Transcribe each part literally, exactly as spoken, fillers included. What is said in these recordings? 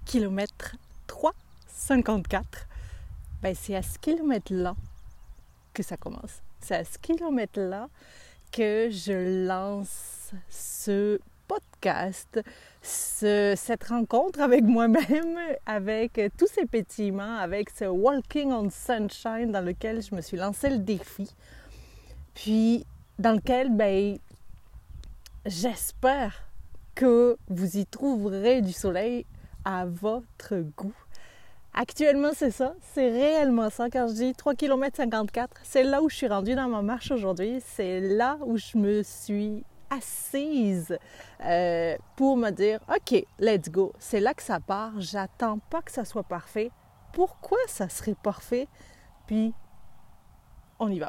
kilomètre trois cinquante-quatre, ben c'est à ce kilomètre-là que ça commence. C'est à ce kilomètre-là que je lance ce podcast, ce, cette rencontre avec moi-même, avec tous ces pétillements, avec ce Walking on Sunshine dans lequel je me suis lancé le défi. Puis dans lequel, ben, j'espère que vous y trouverez du soleil à votre goût. Actuellement, c'est ça, c'est réellement ça. Quand je dis trois kilomètres cinquante-quatre, c'est là où je suis rendue dans ma marche aujourd'hui. C'est là où je me suis assise euh, pour me dire « OK, let's go ». C'est là que ça part. J'attends pas que ça soit parfait. Pourquoi ça serait parfait? Puis, on y va.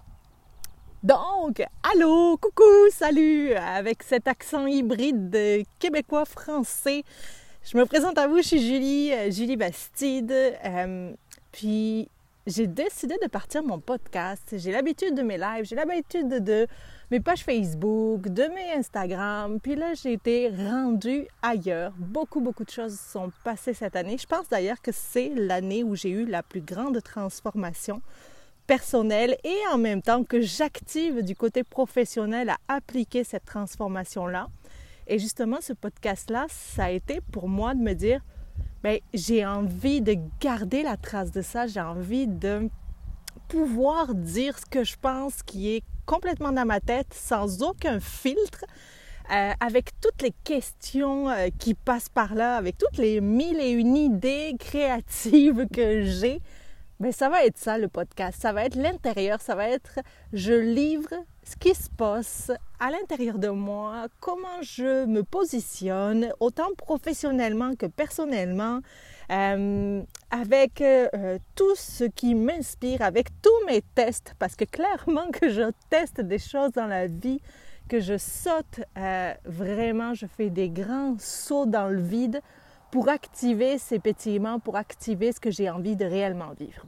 Donc, allô, coucou, salut! Avec cet accent hybride québécois-français, je me présente à vous, je suis Julie, Julie Bastide. Euh, puis, j'ai décidé de partir mon podcast. J'ai l'habitude de mes lives, j'ai l'habitude de, de mes pages Facebook, de mes Instagram. Puis là, j'ai été rendue ailleurs. Beaucoup, beaucoup de choses sont passées cette année. Je pense d'ailleurs que c'est l'année où j'ai eu la plus grande transformation personnelle et en même temps que j'active du côté professionnel à appliquer cette transformation-là. Et justement, ce podcast-là, ça a été pour moi de me dire, bien, j'ai envie de garder la trace de ça, j'ai envie de pouvoir dire ce que je pense qui est complètement dans ma tête, sans aucun filtre, euh, avec toutes les questions euh, qui passent par là, avec toutes les mille et une idées créatives que j'ai. Bien, ça va être ça le podcast, ça va être l'intérieur, ça va être je livre ce qui se passe à l'intérieur de moi, comment je me positionne, autant professionnellement que personnellement, euh, avec euh, tout ce qui m'inspire, avec tous mes tests, parce que clairement que je teste des choses dans la vie, que je saute, euh, vraiment, je fais des grands sauts dans le vide, pour activer ces pétillements, pour activer ce que j'ai envie de réellement vivre.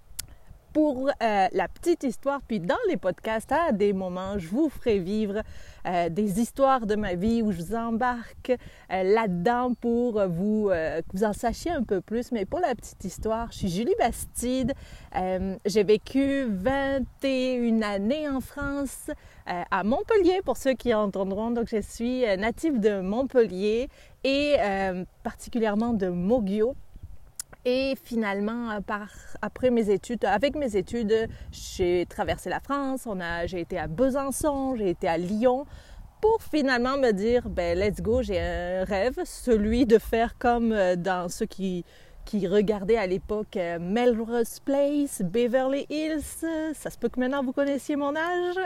Pour euh, la petite histoire, puis dans les podcasts, à des moments, je vous ferai vivre euh, des histoires de ma vie où je vous embarque euh, là-dedans pour vous, euh, que vous en sachiez un peu plus. Mais pour la petite histoire, je suis Julie Bastide. Euh, j'ai vécu vingt et une années en France, euh, à Montpellier, pour ceux qui entendront. Donc, je suis native de Montpellier et euh, particulièrement de Moguio. Et finalement, par, après mes études, avec mes études, j'ai traversé la France, on a, j'ai été à Besançon, j'ai été à Lyon, pour finalement me dire, ben let's go, j'ai un rêve, celui de faire comme dans ceux qui, qui regardaient à l'époque Melrose Place, Beverly Hills, ça se peut que maintenant vous connaissiez mon âge.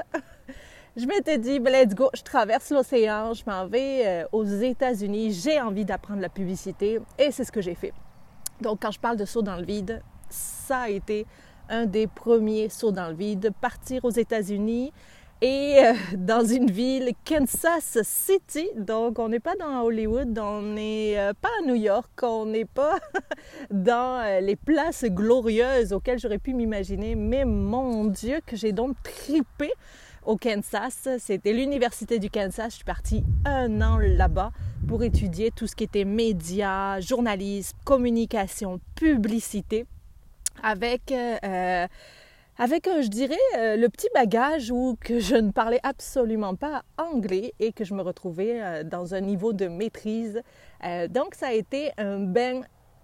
Je m'étais dit, ben let's go, je traverse l'océan, je m'en vais euh, aux États-Unis, j'ai envie d'apprendre la publicité et c'est ce que j'ai fait. Donc, quand je parle de saut dans le vide, ça a été un des premiers sauts dans le vide, partir aux États-Unis et euh, dans une ville, Kansas City. Donc, on n'est pas dans Hollywood, on n'est euh, pas à New York, on n'est pas dans euh, les places glorieuses auxquelles j'aurais pu m'imaginer. Mais mon Dieu, que j'ai donc trippé au Kansas. C'était l'Université du Kansas. Je suis partie un an là-bas pour étudier tout ce qui était médias, journalisme, communication, publicité, avec, euh, avec euh, je dirais, euh, le petit bagage où que je ne parlais absolument pas anglais et que je me retrouvais euh, dans un niveau de maîtrise. Euh, donc, ça a été un bain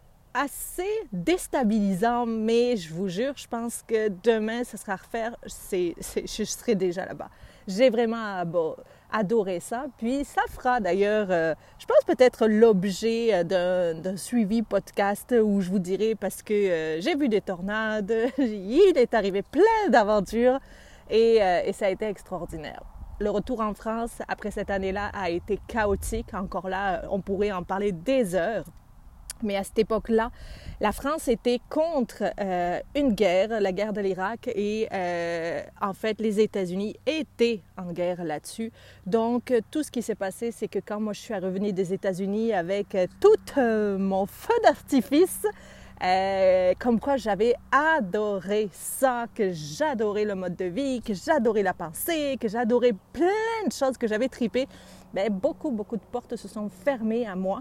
assez déstabilisant, mais je vous jure, je pense que demain, ça sera à refaire, c'est, c'est, je serai déjà là-bas. J'ai vraiment bon, adoré ça. Puis ça fera d'ailleurs, euh, je pense peut-être l'objet d'un, d'un suivi podcast où je vous dirai parce que euh, j'ai vu des tornades, il est arrivé plein d'aventures et, euh, et ça a été extraordinaire. Le retour en France après cette année-là a été chaotique. Encore là, on pourrait en parler des heures. Mais à cette époque-là, la France était contre euh, une guerre, la guerre de l'Irak, et euh, en fait, les États-Unis étaient en guerre là-dessus. Donc, tout ce qui s'est passé, c'est que quand moi je suis revenue des États-Unis avec tout euh, mon feu d'artifice, euh, comme quoi j'avais adoré ça, que j'adorais le mode de vie, que j'adorais la pensée, que j'adorais plein de choses que j'avais tripées, bien, beaucoup, beaucoup de portes se sont fermées à moi.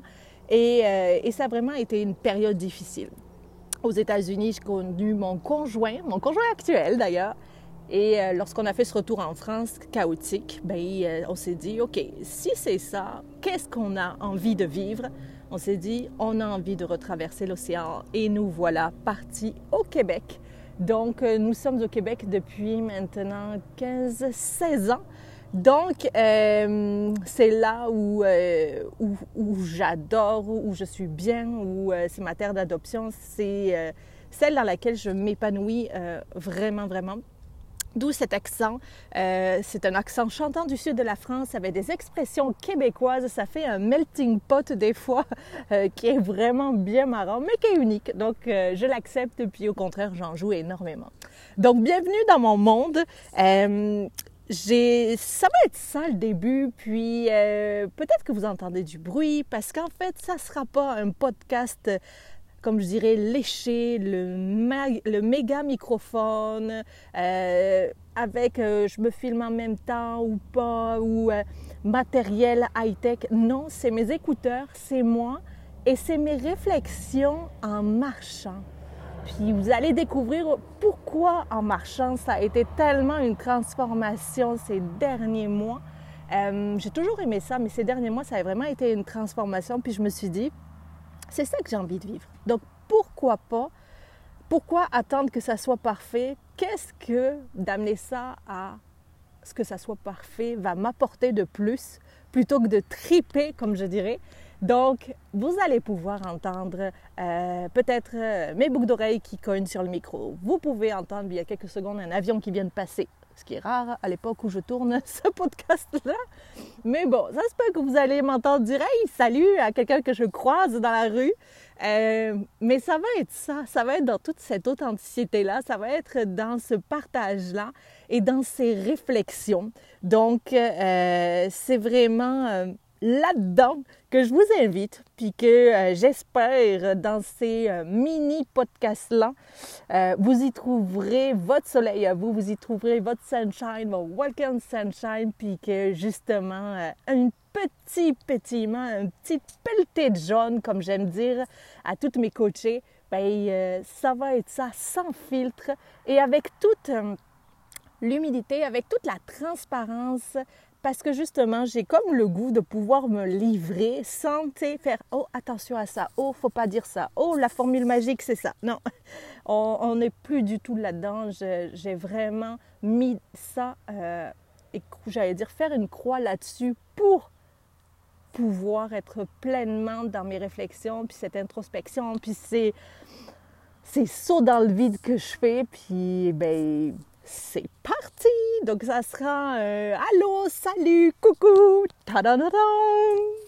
Et, euh, et ça a vraiment été une période difficile. Aux États-Unis, j'ai connu mon conjoint, mon conjoint actuel d'ailleurs. Et euh, lorsqu'on a fait ce retour en France chaotique, ben, euh, on s'est dit, OK, si c'est ça, qu'est-ce qu'on a envie de vivre? On s'est dit, on a envie de retraverser l'océan et nous voilà partis au Québec. Donc, euh, nous sommes au Québec depuis maintenant quinze seize ans. Donc, euh, c'est là où, euh, où, où j'adore, où je suis bien, où euh, c'est ma terre d'adoption. C'est euh, celle dans laquelle je m'épanouis euh, vraiment, vraiment. D'où cet accent. Euh, c'est un accent chantant du sud de la France avec des expressions québécoises. Ça fait un melting pot des fois euh, qui est vraiment bien marrant, mais qui est unique. Donc, euh, je l'accepte, puis au contraire, j'en joue énormément. Donc, bienvenue dans mon monde. Euh, J'ai... Ça va être ça le début, puis euh, peut-être que vous entendez du bruit, parce qu'en fait, ça ne sera pas un podcast, comme je dirais, léché, le, ma- le méga microphone, euh, avec euh, je me filme en même temps ou pas, ou euh, matériel high-tech. Non, c'est mes écouteurs, c'est moi, et c'est mes réflexions en marchant. Puis vous allez découvrir pourquoi en marchant, ça a été tellement une transformation ces derniers mois. Euh, j'ai toujours aimé ça, mais ces derniers mois, ça a vraiment été une transformation. Puis je me suis dit, c'est ça que j'ai envie de vivre. Donc pourquoi pas? Pourquoi attendre que ça soit parfait? Qu'est-ce que d'amener ça à ce que ça soit parfait va m'apporter de plus plutôt que de triper, comme je dirais? Donc, vous allez pouvoir entendre euh, peut-être euh, mes boucles d'oreilles qui cognent sur le micro. Vous pouvez entendre il y a quelques secondes un avion qui vient de passer, ce qui est rare à l'époque où je tourne ce podcast-là. Mais bon, ça se peut que vous allez m'entendre dire « Hey, salut » à quelqu'un que je croise dans la rue. Euh, mais ça va être ça, ça va être dans toute cette authenticité-là, ça va être dans ce partage-là et dans ces réflexions. Donc, euh, c'est vraiment euh, là-dedans que je vous invite, puis que euh, j'espère dans ces euh, mini-podcasts-là, euh, vous y trouverez votre soleil à vous, vous y trouverez votre sunshine, votre welcome sunshine, puis que justement, euh, un petit pétillement, un petit pelleté de jaune, comme j'aime dire à toutes mes coachées, bien, euh, ça va être ça, sans filtre et avec toute euh, l'humilité, avec toute la transparence, parce que justement, j'ai comme le goût de pouvoir me livrer sans faire « Oh, attention à ça. Oh, faut pas dire ça. Oh, la formule magique, c'est ça. » Non, on n'est plus du tout là-dedans. Je, j'ai vraiment mis ça, euh, et j'allais dire faire une croix là-dessus pour pouvoir être pleinement dans mes réflexions, puis cette introspection, puis ces, ces sauts dans le vide que je fais, puis ben c'est parti! Donc ça sera euh, allô, salut, coucou, ta-da-da-da!